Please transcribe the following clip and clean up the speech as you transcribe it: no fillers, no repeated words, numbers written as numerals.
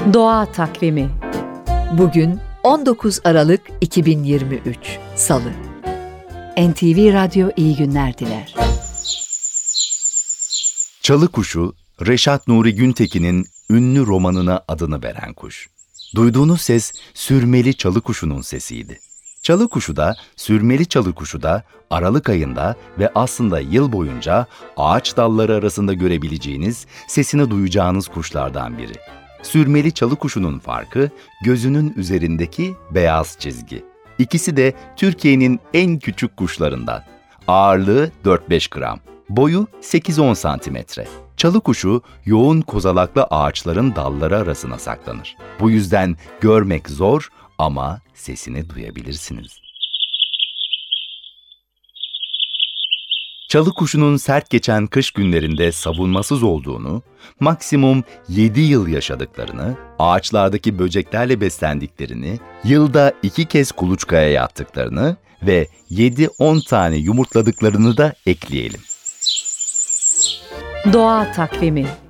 Doğa Takvimi. Bugün 19 Aralık 2023 Salı. NTV Radyo iyi günler diler. Çalı kuşu, Reşat Nuri Güntekin'in ünlü romanına adını veren kuş. Duyduğunuz ses sürmeli çalı kuşunun sesiydi. Çalı kuşu da, sürmeli çalı kuşu da Aralık ayında ve aslında yıl boyunca ağaç dalları arasında görebileceğiniz, sesini duyacağınız kuşlardan biri. Sürmeli çalı kuşunun farkı gözünün üzerindeki beyaz çizgi. İkisi de Türkiye'nin en küçük kuşlarından. Ağırlığı 4-5 gram, boyu 8-10 santimetre. Çalı kuşu yoğun kozalaklı ağaçların dalları arasına saklanır. Bu yüzden görmek zor ama sesini duyabilirsiniz. Çalı kuşunun sert geçen kış günlerinde savunmasız olduğunu, maksimum 7 yıl yaşadıklarını, ağaçlardaki böceklerle beslendiklerini, yılda 2 kez kuluçkaya yattıklarını ve 7-10 tane yumurtladıklarını da ekleyelim. Doğa Takvimi.